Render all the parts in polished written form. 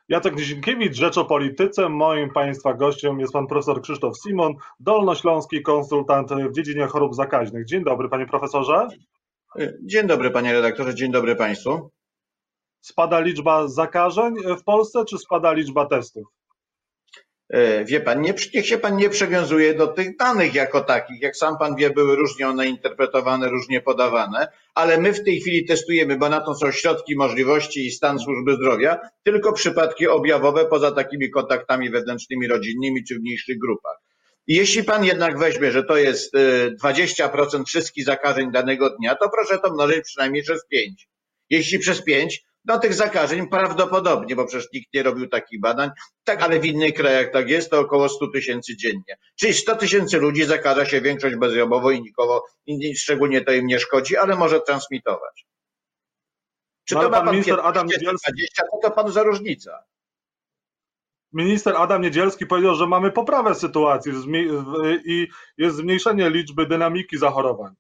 Jacek Nizinkiewicz, Rzecz o Polityce. Moim Państwa gościem jest pan profesor Krzysztof Simon, dolnośląski konsultant w dziedzinie chorób zakaźnych. Dzień dobry, panie profesorze. Dzień dobry, panie redaktorze, dzień dobry państwu. Spada liczba zakażeń w Polsce, czy spada liczba testów? Wie pan, niech się pan nie przywiązuje do tych danych jako takich. Jak sam pan wie, były różnie one interpretowane, różnie podawane, ale my w tej chwili testujemy, bo na to są środki, możliwości i stan służby zdrowia, tylko przypadki objawowe poza takimi kontaktami wewnętrznymi, rodzinnymi czy w mniejszych grupach. I jeśli pan jednak weźmie, że to jest 20% wszystkich zakażeń danego dnia, to proszę to mnożyć przynajmniej przez 5. Jeśli przez 5, no tych zakażeń prawdopodobnie, bo przecież nikt nie robił takich badań, tak, ale w innych krajach tak jest, to około 100 000 dziennie. Czyli 100 000 ludzi zakaża się, większość bezobjawowo i nikogo, szczególnie to im nie szkodzi, ale może transmitować. Czy no, to ma pan minister Adam 20, co to panu za różnica? Minister Adam Niedzielski powiedział, że mamy poprawę sytuacji i jest zmniejszenie liczby dynamiki zachorowań.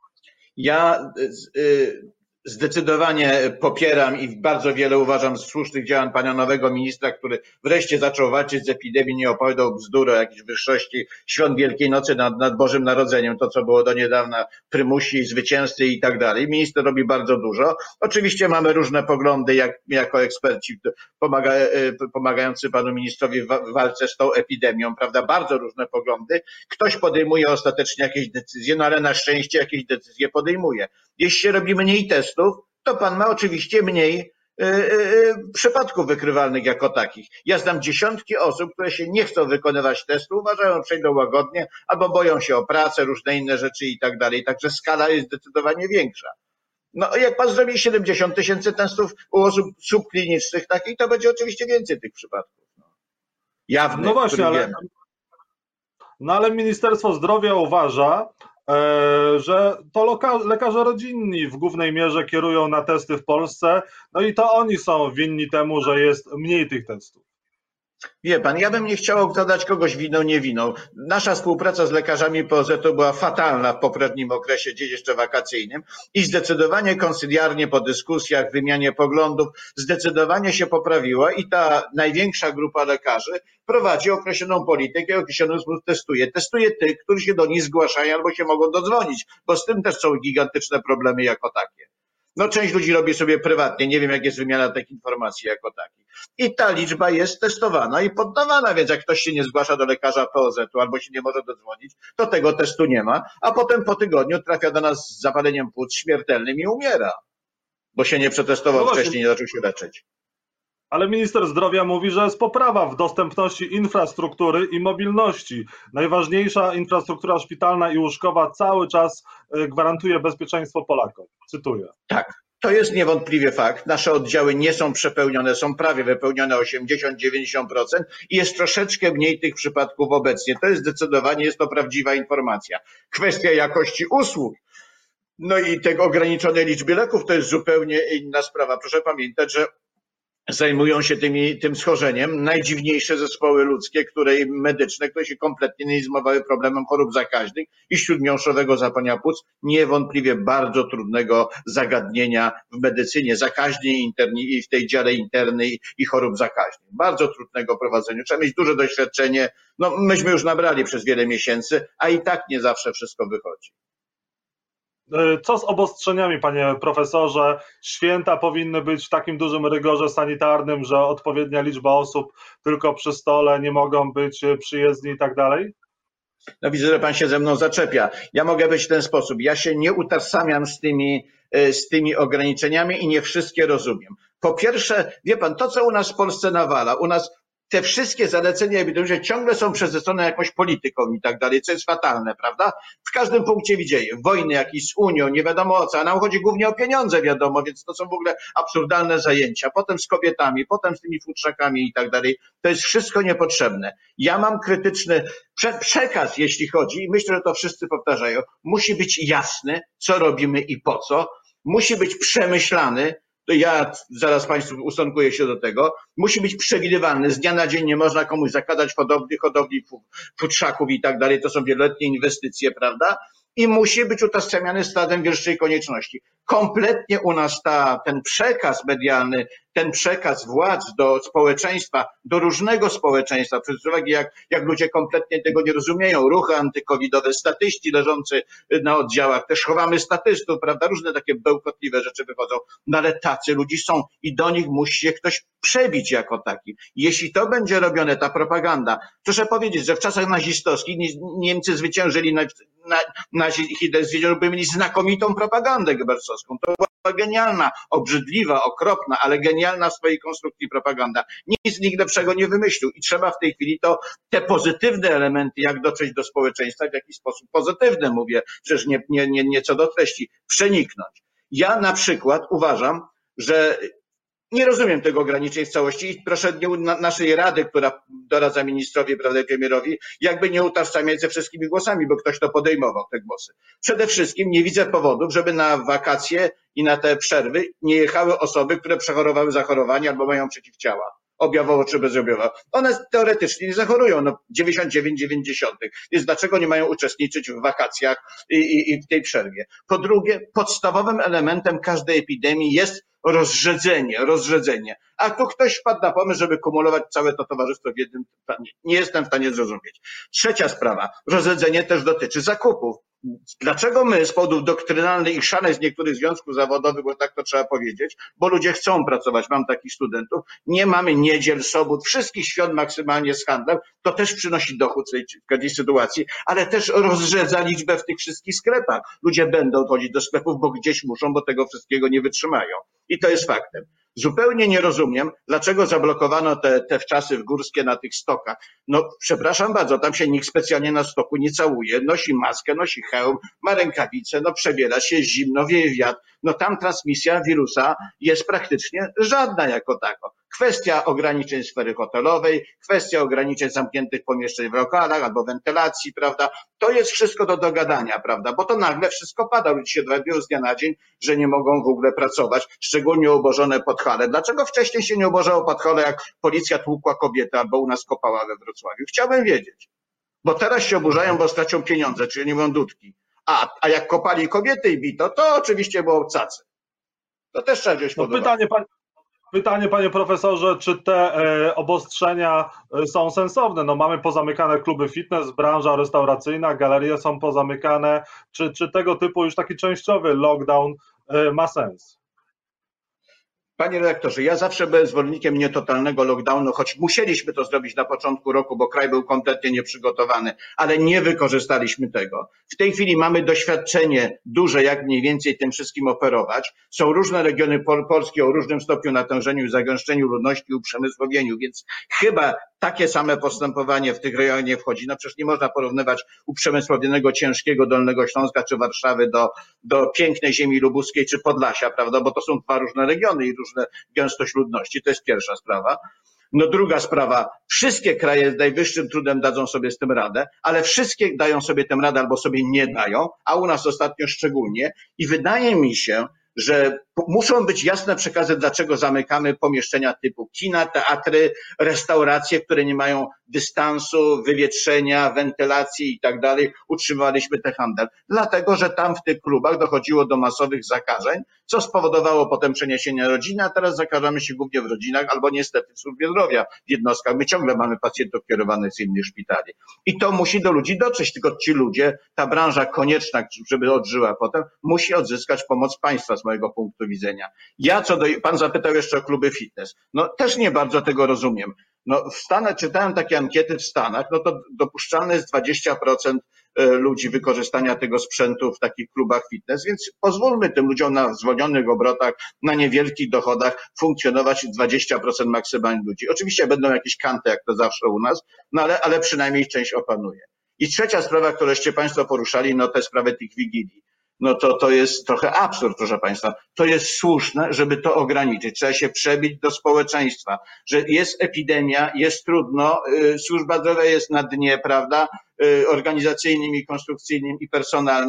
Ja zdecydowanie popieram i bardzo wiele uważam z słusznych działań pana nowego ministra, który wreszcie zaczął walczyć z epidemią, nie opowiadał bzdury o jakiejś wyższości świąt Wielkiej Nocy nad Bożym Narodzeniem, to co było do niedawna prymusi, zwycięzcy i tak dalej. Minister robi bardzo dużo. Oczywiście mamy różne poglądy jako eksperci pomagający panu ministrowi w walce z tą epidemią, prawda? Bardzo różne poglądy. Ktoś podejmuje ostatecznie jakieś decyzje, no ale na szczęście jakieś decyzje podejmuje. Jeśli się robi mniej testów, to pan ma oczywiście mniej przypadków wykrywalnych jako takich. Ja znam dziesiątki osób, które się nie chcą wykonywać testu, uważają, że przejdą łagodnie, albo boją się o pracę, różne inne rzeczy i tak dalej. Także skala jest zdecydowanie większa. No jak pan zrobi 70 000 testów u osób subklinicznych takich, to będzie oczywiście więcej tych przypadków. Jawnych, no właśnie, ale Ministerstwo Zdrowia uważa, że to lekarze rodzinni w głównej mierze kierują na testy w Polsce, no i to oni są winni temu, że jest mniej tych testów. Wie pan, ja bym nie chciał okładać kogoś winą, nie winą. Nasza współpraca z lekarzami POZ-u była fatalna w poprzednim okresie, gdzieś jeszcze wakacyjnym i zdecydowanie konsyliarnie po dyskusjach, wymianie poglądów, zdecydowanie się poprawiła i ta największa grupa lekarzy prowadzi określoną politykę, określony sposób testuje. Testuje tych, którzy się do nich zgłaszają albo się mogą dodzwonić, bo z tym też są gigantyczne problemy jako takie. No część ludzi robi sobie prywatnie, nie wiem jak jest wymiana takich informacji jako takich. I ta liczba jest testowana i poddawana, więc jak ktoś się nie zgłasza do lekarza POZ-u albo się nie może dodzwonić, to tego testu nie ma, a potem po tygodniu trafia do nas z zapaleniem płuc śmiertelnym i umiera, bo się nie przetestował wcześniej, nie zaczął się leczyć. Ale minister zdrowia mówi, że jest poprawa w dostępności infrastruktury i mobilności. Najważniejsza infrastruktura szpitalna i łóżkowa cały czas gwarantuje bezpieczeństwo Polakom. Cytuję. Tak, to jest niewątpliwie fakt. Nasze oddziały nie są przepełnione, są prawie wypełnione 80–90% i jest troszeczkę mniej tych przypadków obecnie. To jest zdecydowanie, jest to prawdziwa informacja. Kwestia jakości usług. No i tego ograniczonej liczby leków to jest zupełnie inna sprawa. Proszę pamiętać, że zajmują się tym schorzeniem najdziwniejsze zespoły ludzkie, medyczne, które się kompletnie nie zajmowały problemem chorób zakaźnych i śródmiąższowego zapalenia płuc, niewątpliwie bardzo trudnego zagadnienia w medycynie zakaźnej i w tej dziale internej i chorób zakaźnych. Bardzo trudnego prowadzenia. Trzeba mieć duże doświadczenie. No myśmy już nabrali przez wiele miesięcy, a i tak nie zawsze wszystko wychodzi. Co z obostrzeniami, panie profesorze? Święta powinny być w takim dużym rygorze sanitarnym, że odpowiednia liczba osób tylko przy stole, nie mogą być przyjezdni i tak dalej? No widzę, że pan się ze mną zaczepia. Ja mogę być w ten sposób. Ja się nie utożsamiam z tymi ograniczeniami i nie wszystkie rozumiem. Po pierwsze, wie pan, to co u nas w Polsce nawala, u nas te wszystkie zalecenia epidemiologiczne ciągle są przesycone jakąś polityką i tak dalej, co jest fatalne, prawda? W każdym punkcie widzimy wojny jakieś z Unią, nie wiadomo o co, a nam chodzi głównie o pieniądze, wiadomo, więc to są w ogóle absurdalne zajęcia. Potem z kobietami, potem z tymi futrzakami i tak dalej. To jest wszystko niepotrzebne. Ja mam krytyczny przekaz, jeśli chodzi, i myślę, że to wszyscy powtarzają, musi być jasny, co robimy i po co, musi być przemyślany. Ja zaraz państwu ustosunkuję się do tego, musi być przewidywalny. Z dnia na dzień nie można komuś zakładać hodowli futrzaków i tak dalej. To są wieloletnie inwestycje, prawda? I musi być utożsamiany z stadem pierwszej konieczności. Kompletnie u nas ten przekaz medialny ten przekaz władz do społeczeństwa, do różnego społeczeństwa, przez uwagi jak ludzie kompletnie tego nie rozumieją, ruchy antykowidowe, statyści leżący na oddziałach, też chowamy statystów, prawda, różne takie bełkotliwe rzeczy wychodzą, no ale tacy ludzie są i do nich musi się ktoś przebić jako taki. Jeśli to będzie robione, ta propaganda, proszę powiedzieć, że w czasach nazistowskich Niemcy zwyciężyli, Hitler zwyciężył, by mieli znakomitą propagandę goebbelsowską. To była genialna, obrzydliwa, okropna, ale genialna w swojej konstrukcji propaganda. Nikt lepszego nie wymyślił i trzeba w tej chwili te pozytywne elementy, jak dotrzeć do społeczeństwa, w jakiś sposób pozytywny mówię, przecież nie co do treści, przeniknąć. Ja na przykład uważam, że nie rozumiem tego ograniczeń w całości i proszę naszej Rady, która doradza ministrowi, prawda, premierowi, jakby nie utożsamiać ze wszystkimi głosami, bo ktoś to podejmował, te głosy. Przede wszystkim nie widzę powodów, żeby na wakacje i na te przerwy nie jechały osoby, które przechorowały zachorowanie albo mają przeciwciała. Objawowo czy bezobjawowo. One teoretycznie nie zachorują, 99,9. Więc dlaczego nie mają uczestniczyć w wakacjach i w tej przerwie? Po drugie, podstawowym elementem każdej epidemii jest rozrzedzenie. A tu ktoś wpadł na pomysł, żeby kumulować całe to towarzystwo w jednym planie. Nie jestem w stanie zrozumieć. Trzecia sprawa. Rozrzedzenie też dotyczy zakupów. Dlaczego my z powodów doktrynalnych i szaleństw niektórych związków zawodowych, bo tak to trzeba powiedzieć, bo ludzie chcą pracować, mam takich studentów, nie mamy niedziel, sobót, wszystkich świąt maksymalnie z handlem, to też przynosi dochód w każdej sytuacji, ale też rozrzedza liczbę w tych wszystkich sklepach. Ludzie będą chodzić do sklepów, bo gdzieś muszą, bo tego wszystkiego nie wytrzymają. I to jest faktem. Zupełnie nie rozumiem, dlaczego zablokowano te wczasy w górskie na tych stokach. No, przepraszam bardzo, tam się nikt specjalnie na stoku nie całuje, nosi maskę, nosi hełm, ma rękawice, no przebiera się, zimno, wieje wiatr. No tam transmisja wirusa jest praktycznie żadna jako tako. Kwestia ograniczeń sfery hotelowej, kwestia ograniczeń zamkniętych pomieszczeń w lokalach albo wentylacji, prawda? To jest wszystko do dogadania, prawda? Bo to nagle wszystko pada. Ludzie się dowiadują z dnia na dzień, że nie mogą w ogóle pracować, szczególnie ubożone Podhale. Dlaczego wcześniej się nie ubożało Podhale, jak policja tłukła kobietę albo u nas kopała we Wrocławiu? Chciałbym wiedzieć. Bo teraz się oburzają, bo stracą pieniądze, czyli nie mówią dudki. A jak kopali kobiety i bito, to oczywiście było cacy. To też trzeba wziąć pod uwagę. Pytanie, panie profesorze, czy te obostrzenia są sensowne? No mamy pozamykane kluby fitness, branża restauracyjna, galerie są pozamykane. Czy tego typu już taki częściowy lockdown ma sens? Panie redaktorze, ja zawsze byłem zwolennikiem nietotalnego lockdownu, choć musieliśmy to zrobić na początku roku, bo kraj był kompletnie nieprzygotowany, ale nie wykorzystaliśmy tego. W tej chwili mamy doświadczenie duże, jak mniej więcej tym wszystkim operować. Są różne regiony Polski o różnym stopniu natężeniu i zagęszczeniu ludności i uprzemysłowieniu, więc chyba takie same postępowanie w tych rejonach nie wchodzi. No przecież nie można porównywać uprzemysłowionego, ciężkiego Dolnego Śląska czy Warszawy do pięknej ziemi lubuskiej czy Podlasia, prawda, bo to są dwa różne regiony i różne gęstość ludności. To jest pierwsza sprawa. No druga sprawa, wszystkie kraje z najwyższym trudem dadzą sobie z tym radę, ale wszystkie dają sobie tym radę albo sobie nie dają, a u nas ostatnio szczególnie i wydaje mi się, że muszą być jasne przekazy, dlaczego zamykamy pomieszczenia typu kina, teatry, restauracje, które nie mają dystansu, wywietrzenia, wentylacji i tak dalej. Utrzymywaliśmy ten handel. Dlatego, że tam w tych klubach dochodziło do masowych zakażeń, co spowodowało potem przeniesienie rodziny, a teraz zakażamy się głównie w rodzinach albo niestety w służbie zdrowia, w jednostkach. My ciągle mamy pacjentów kierowanych z innych szpitali. I to musi do ludzi dotrzeć, tylko ci ludzie, ta branża konieczna, żeby odżyła potem, musi odzyskać pomoc państwa z mojego punktu widzenia. Pan zapytał jeszcze o kluby fitness. No też nie bardzo tego rozumiem. No w Stanach, czytałem takie ankiety w Stanach, no to dopuszczalne jest 20% ludzi wykorzystania tego sprzętu w takich klubach fitness, więc pozwólmy tym ludziom na zwolnionych obrotach, na niewielkich dochodach funkcjonować 20% maksymalnie ludzi. Oczywiście będą jakieś kanty, jak to zawsze u nas, no ale przynajmniej część opanuje. I trzecia sprawa, którąście Państwo poruszali, no te sprawy tych wigilii. No to jest trochę absurd, proszę Państwa. To jest słuszne, żeby to ograniczyć. Trzeba się przebić do społeczeństwa, że jest epidemia, jest trudno, służba zdrowia jest na dnie, prawda, organizacyjnym i konstrukcyjnym i personalnym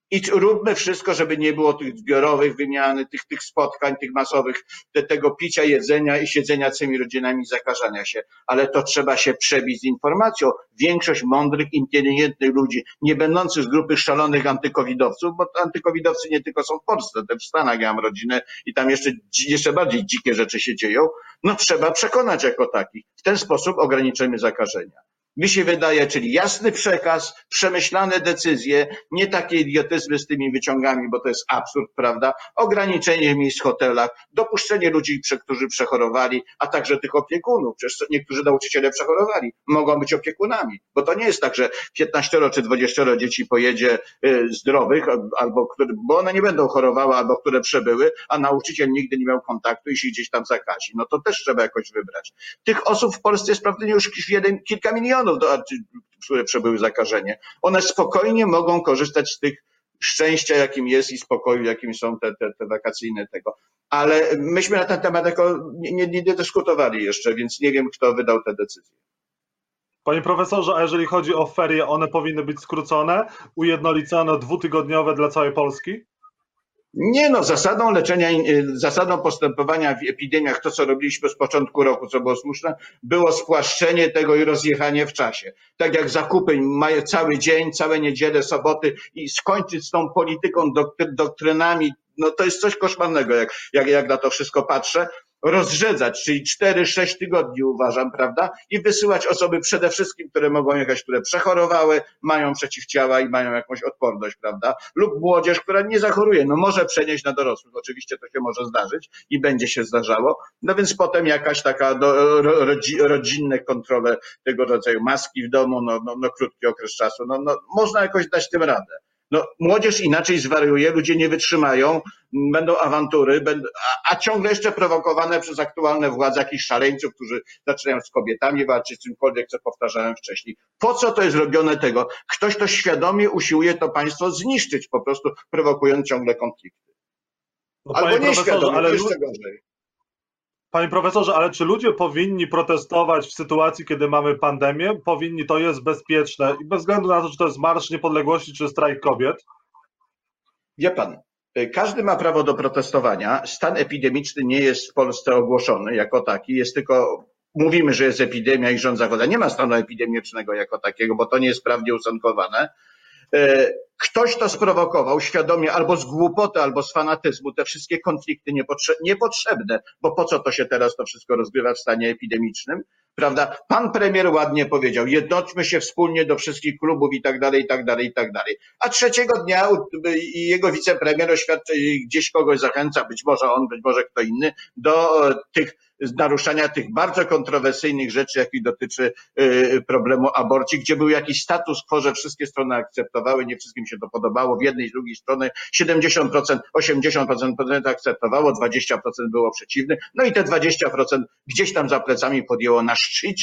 I róbmy wszystko, żeby nie było tych zbiorowych wymian, tych spotkań, tych masowych, tego picia, jedzenia i siedzenia z tymi rodzinami, zakażania się. Ale to trzeba się przebić z informacją. Większość mądrych, inteligentnych ludzi, nie będących z grupy szalonych antykowidowców, bo antykowidowcy nie tylko są w Polsce, też w Stanach ja mam rodzinę i tam jeszcze bardziej dzikie rzeczy się dzieją, no trzeba przekonać jako takich. W ten sposób ograniczymy zakażenia. Mi się wydaje, czyli jasny przekaz, przemyślane decyzje, nie takie idiotyzmy z tymi wyciągami, bo to jest absurd, prawda? Ograniczenie miejsc w hotelach, dopuszczenie ludzi, którzy przechorowali, a także tych opiekunów. Przecież niektórzy nauczyciele przechorowali, mogą być opiekunami, bo to nie jest tak, że 15 czy 20 dzieci pojedzie zdrowych, bo one nie będą chorowały, albo które przebyły, a nauczyciel nigdy nie miał kontaktu i się gdzieś tam zakazi. No to też trzeba jakoś wybrać. Tych osób w Polsce jest prawdopodobnie już kilka milionów, które przebyły zakażenie. One spokojnie mogą korzystać z tych szczęścia, jakim jest i spokoju, jakim są te wakacyjne tego. Ale myśmy na ten temat nie dyskutowali jeszcze, więc nie wiem, kto wydał te decyzje. Panie profesorze, a jeżeli chodzi o ferie, one powinny być skrócone, ujednolicone, dwutygodniowe dla całej Polski? Nie no, zasadą postępowania w epidemiach, to co robiliśmy z początku roku, co było słuszne, było spłaszczenie tego i rozjechanie w czasie. Tak jak zakupy mają cały dzień, całe niedziele, soboty i skończyć z tą polityką, doktrynami, no to jest coś koszmarnego, jak na to wszystko patrzę. Rozrzedzać, czyli 4-6 tygodni uważam, prawda? I wysyłać osoby przede wszystkim, które mogą jechać, które przechorowały, mają przeciwciała i mają jakąś odporność, prawda? Lub młodzież, która nie zachoruje, no może przenieść na dorosłych, oczywiście to się może zdarzyć i będzie się zdarzało, no więc potem jakaś taka rodzinne kontrole tego rodzaju, maski w domu, no krótki okres czasu, no można jakoś dać tym radę. No, młodzież inaczej zwariuje, ludzie nie wytrzymają, będą awantury, a ciągle jeszcze prowokowane przez aktualne władze jakichś szaleńców, którzy zaczynają z kobietami walczyć, z czymkolwiek, co powtarzałem wcześniej. Po co to jest robione tego? Ktoś to świadomie usiłuje to państwo zniszczyć, po prostu prowokując ciągle konflikty. No, albo nieświadomie, jeszcze gorzej. Panie profesorze, ale czy ludzie powinni protestować w sytuacji, kiedy mamy pandemię? Powinni, to jest bezpieczne i bez względu na to, czy to jest Marsz Niepodległości, czy strajk kobiet? Wie pan, każdy ma prawo do protestowania. Stan epidemiczny nie jest w Polsce ogłoszony jako taki, jest tylko, mówimy, że jest epidemia i rząd zachodzi. Nie ma stanu epidemicznego jako takiego, bo to nie jest prawnie usankowane. Ktoś to sprowokował świadomie albo z głupoty, albo z fanatyzmu, te wszystkie konflikty niepotrzebne, bo po co to się teraz to wszystko rozgrywa w stanie epidemicznym, prawda? Pan premier ładnie powiedział, jednoczmy się wspólnie do wszystkich klubów i tak dalej, i tak dalej, i tak dalej. A trzeciego dnia jego wicepremier oświadczy, gdzieś kogoś zachęca, być może on, być może kto inny, do naruszania tych bardzo kontrowersyjnych rzeczy, jakich dotyczy problemu aborcji, gdzie był jakiś status quo, że wszystkie strony akceptowały, nie wszystkim się to podobało, w jednej i drugiej strony 70%, 80% akceptowało, 20% było przeciwnych, no i te 20% gdzieś tam za plecami podjęło na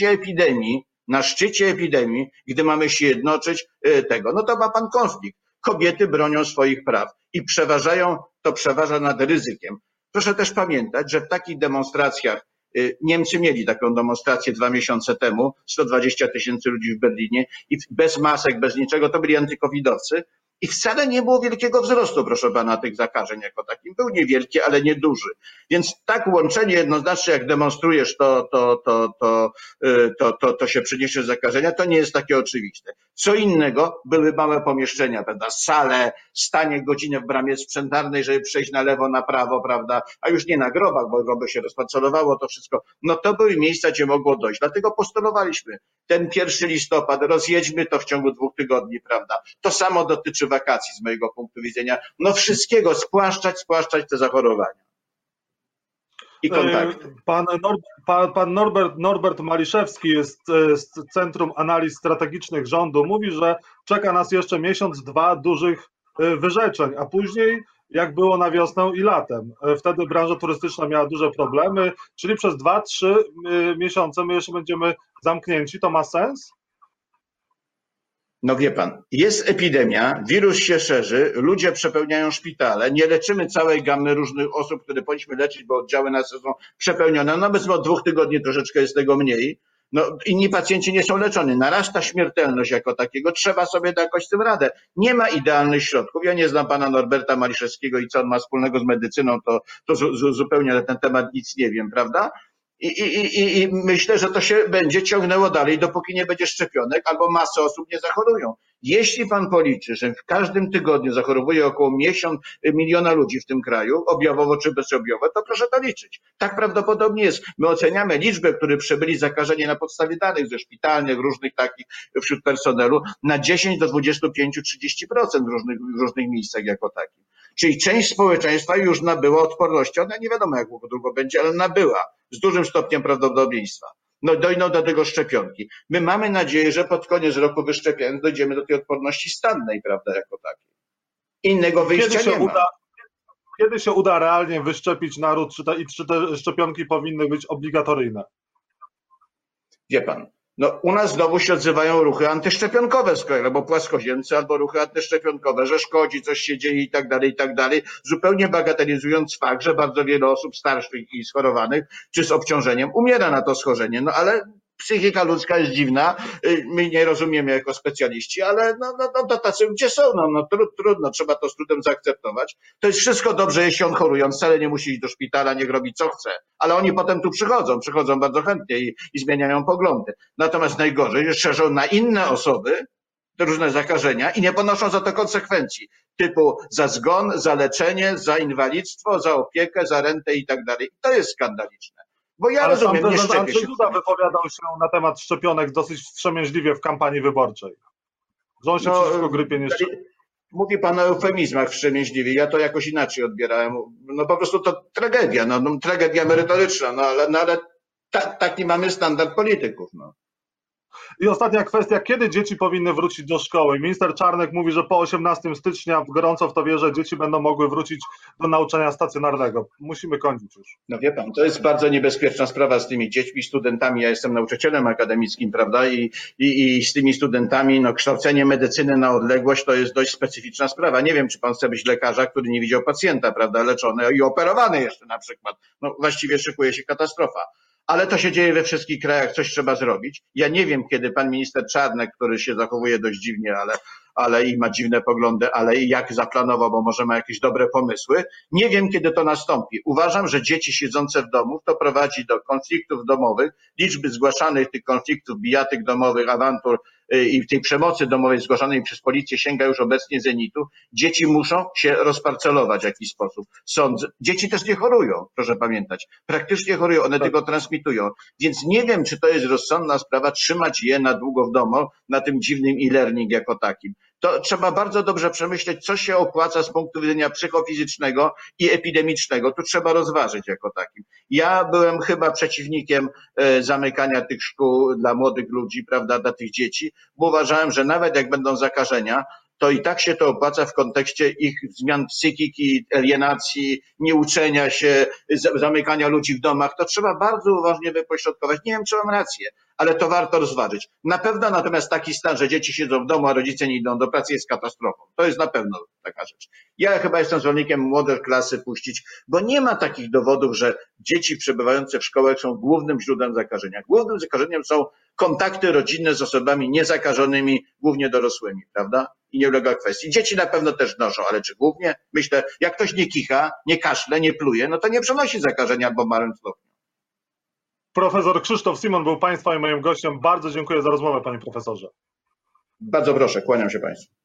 szczycie epidemii, gdy mamy się jednoczyć tego, no to ma pan konflikt. Kobiety bronią swoich praw i przeważa nad ryzykiem. Proszę też pamiętać, że w takich demonstracjach, Niemcy mieli taką demonstrację 2 miesiące temu, 120 000 ludzi w Berlinie i bez masek, bez niczego, to byli antykowidowcy i wcale nie było wielkiego wzrostu, proszę pana, tych zakażeń jako takim. Był niewielki, ale nieduży. Więc tak łączenie jednoznacznie, jak demonstrujesz, to się przyniesie zakażenia, to nie jest takie oczywiste. Co innego były małe pomieszczenia, prawda, sale, stanie godzinę w bramie sprzątarnej, żeby przejść na lewo, na prawo, prawda, a już nie na grobach, bo groby się rozparcelowało, to wszystko. No to były miejsca, gdzie mogło dojść. Dlatego postulowaliśmy ten 1 listopada, rozjedźmy to w ciągu 2 tygodni, prawda. To samo dotyczy wakacji z mojego punktu widzenia. No wszystkiego spłaszczać te zachorowania. I kontakty. Pan Norbert Maliszewski jest z Centrum Analiz Strategicznych Rządu. Mówi, że czeka nas jeszcze miesiąc, 2 dużych wyrzeczeń, a później jak było na wiosnę i latem. Wtedy branża turystyczna miała duże problemy, czyli przez 2-3 miesiące my jeszcze będziemy zamknięci. To ma sens? No wie pan, jest epidemia, wirus się szerzy, ludzie przepełniają szpitale, nie leczymy całej gamy różnych osób, które powinniśmy leczyć, bo oddziały nasze są przepełnione. No bez 2 tygodni troszeczkę jest tego mniej, No, inni pacjenci nie są leczeni, narasta śmiertelność jako takiego, trzeba sobie jakoś z tym radę. Nie ma idealnych środków. Ja nie znam pana Norberta Maliszewskiego i co on ma wspólnego z medycyną, to zupełnie na ten temat nic nie wiem, prawda? I myślę, że to się będzie ciągnęło dalej, dopóki nie będzie szczepionek albo masy osób nie zachorują. Jeśli pan policzy, że w każdym tygodniu zachorowuje około miliona ludzi w tym kraju, objawowo czy bezobjawowo, to proszę to liczyć. Tak prawdopodobnie jest. My oceniamy liczbę, którzy przebyli zakażenie na podstawie danych ze szpitalnych, różnych takich wśród personelu, na 10 do 25-30% w różnych miejscach jako takim. Czyli część społeczeństwa już nabyła odporności. Ona nie wiadomo, jak długo będzie, ale nabyła z dużym stopniem prawdopodobieństwa. No dojdą do tego szczepionki. My mamy nadzieję, że pod koniec roku wyszczepiając dojdziemy do tej odporności stannej, prawda, jako takiej. Innego wyjścia nie ma. Kiedy się uda realnie wyszczepić naród, czy te szczepionki powinny być obligatoryjne? Wie pan, no u nas znowu się odzywają ruchy antyszczepionkowe z kolei, albo płaskoziemcy, albo ruchy antyszczepionkowe, że szkodzi, coś się dzieje i tak dalej, zupełnie bagatelizując fakt, że bardzo wiele osób starszych i schorowanych, czy z obciążeniem umiera na to schorzenie. No ale psychika ludzka jest dziwna, my nie rozumiemy jako specjaliści, ale to tacy gdzie są, trudno, trzeba to z trudem zaakceptować. To jest wszystko dobrze, jeśli on choruje, on wcale nie musi iść do szpitala, niech robi co chce, ale oni potem tu przychodzą bardzo chętnie i zmieniają poglądy. Natomiast najgorzej, że szerzą na inne osoby te różne zakażenia i nie ponoszą za to konsekwencji, typu za zgon, za leczenie, za inwalidztwo, za opiekę, za rentę i tak dalej. To jest skandaliczne. Bo ja ale rozumiem, nie szczepię się. Andrzej Duda wypowiadał się na temat szczepionek dosyć wstrzemięźliwie w kampanii wyborczej. Że on się przeciwko grypie nie szczepi. Mówi pan o eufemizmach wstrzemięźliwie, ja to jakoś inaczej odbierałem. No po prostu to tragedia, tragedia merytoryczna, ale taki mamy standard polityków. No. I ostatnia kwestia, kiedy dzieci powinny wrócić do szkoły? Minister Czarnek mówi, że po 18 stycznia, gorąco w to wierzę, dzieci będą mogły wrócić do nauczania stacjonarnego. Musimy kończyć już. No wie pan, to jest bardzo niebezpieczna sprawa z tymi dziećmi, studentami. Ja jestem nauczycielem akademickim, prawda, i z tymi studentami, kształcenie medycyny na odległość to jest dość specyficzna sprawa. Nie wiem, czy pan chce być lekarza, który nie widział pacjenta, prawda, leczony i operowany jeszcze na przykład. No właściwie szykuje się katastrofa. Ale to się dzieje we wszystkich krajach, coś trzeba zrobić. Ja nie wiem, kiedy pan minister Czarnek, który się zachowuje dość dziwnie, ale i ma dziwne poglądy, ale i jak zaplanował, bo może ma jakieś dobre pomysły. Nie wiem, kiedy to nastąpi. Uważam, że dzieci siedzące w domu to prowadzi do konfliktów domowych, liczby zgłaszanych tych konfliktów, bijatyk domowych, awantur i tej przemocy domowej zgłaszanej przez policję sięga już obecnie zenitu. Dzieci muszą się rozparcelować w jakiś sposób. Sądzę. Dzieci też nie chorują, proszę pamiętać. Praktycznie chorują, one tylko transmitują. Więc nie wiem, czy to jest rozsądna sprawa trzymać je na długo w domu, na tym dziwnym e-learning jako takim. To trzeba bardzo dobrze przemyśleć, co się opłaca z punktu widzenia psychofizycznego i epidemicznego. Tu trzeba rozważyć jako takim. Ja byłem chyba przeciwnikiem zamykania tych szkół dla młodych ludzi, prawda, dla tych dzieci, bo uważałem, że nawet jak będą zakażenia, to i tak się to opłaca w kontekście ich zmian psychiki, alienacji, nieuczenia się, zamykania ludzi w domach. To trzeba bardzo uważnie wypośrodkować. Nie wiem, czy mam rację, ale to warto rozważyć. Na pewno natomiast taki stan, że dzieci siedzą w domu, a rodzice nie idą do pracy, jest katastrofą. To jest na pewno taka rzecz. Ja chyba jestem zwolennikiem młode klasy puścić, bo nie ma takich dowodów, że dzieci przebywające w szkołach są głównym źródłem zakażenia. Głównym zakażeniem są kontakty rodzinne z osobami niezakażonymi, głównie dorosłymi, prawda? I nie ulega kwestii. Dzieci na pewno też noszą, ale czy głównie? Myślę, jak ktoś nie kicha, nie kaszle, nie pluje, no to nie przenosi zakażenia albo w małym stopniu. Profesor Krzysztof Simon był państwa i moim gościem. Bardzo dziękuję za rozmowę, panie profesorze. Bardzo proszę, kłaniam się państwu.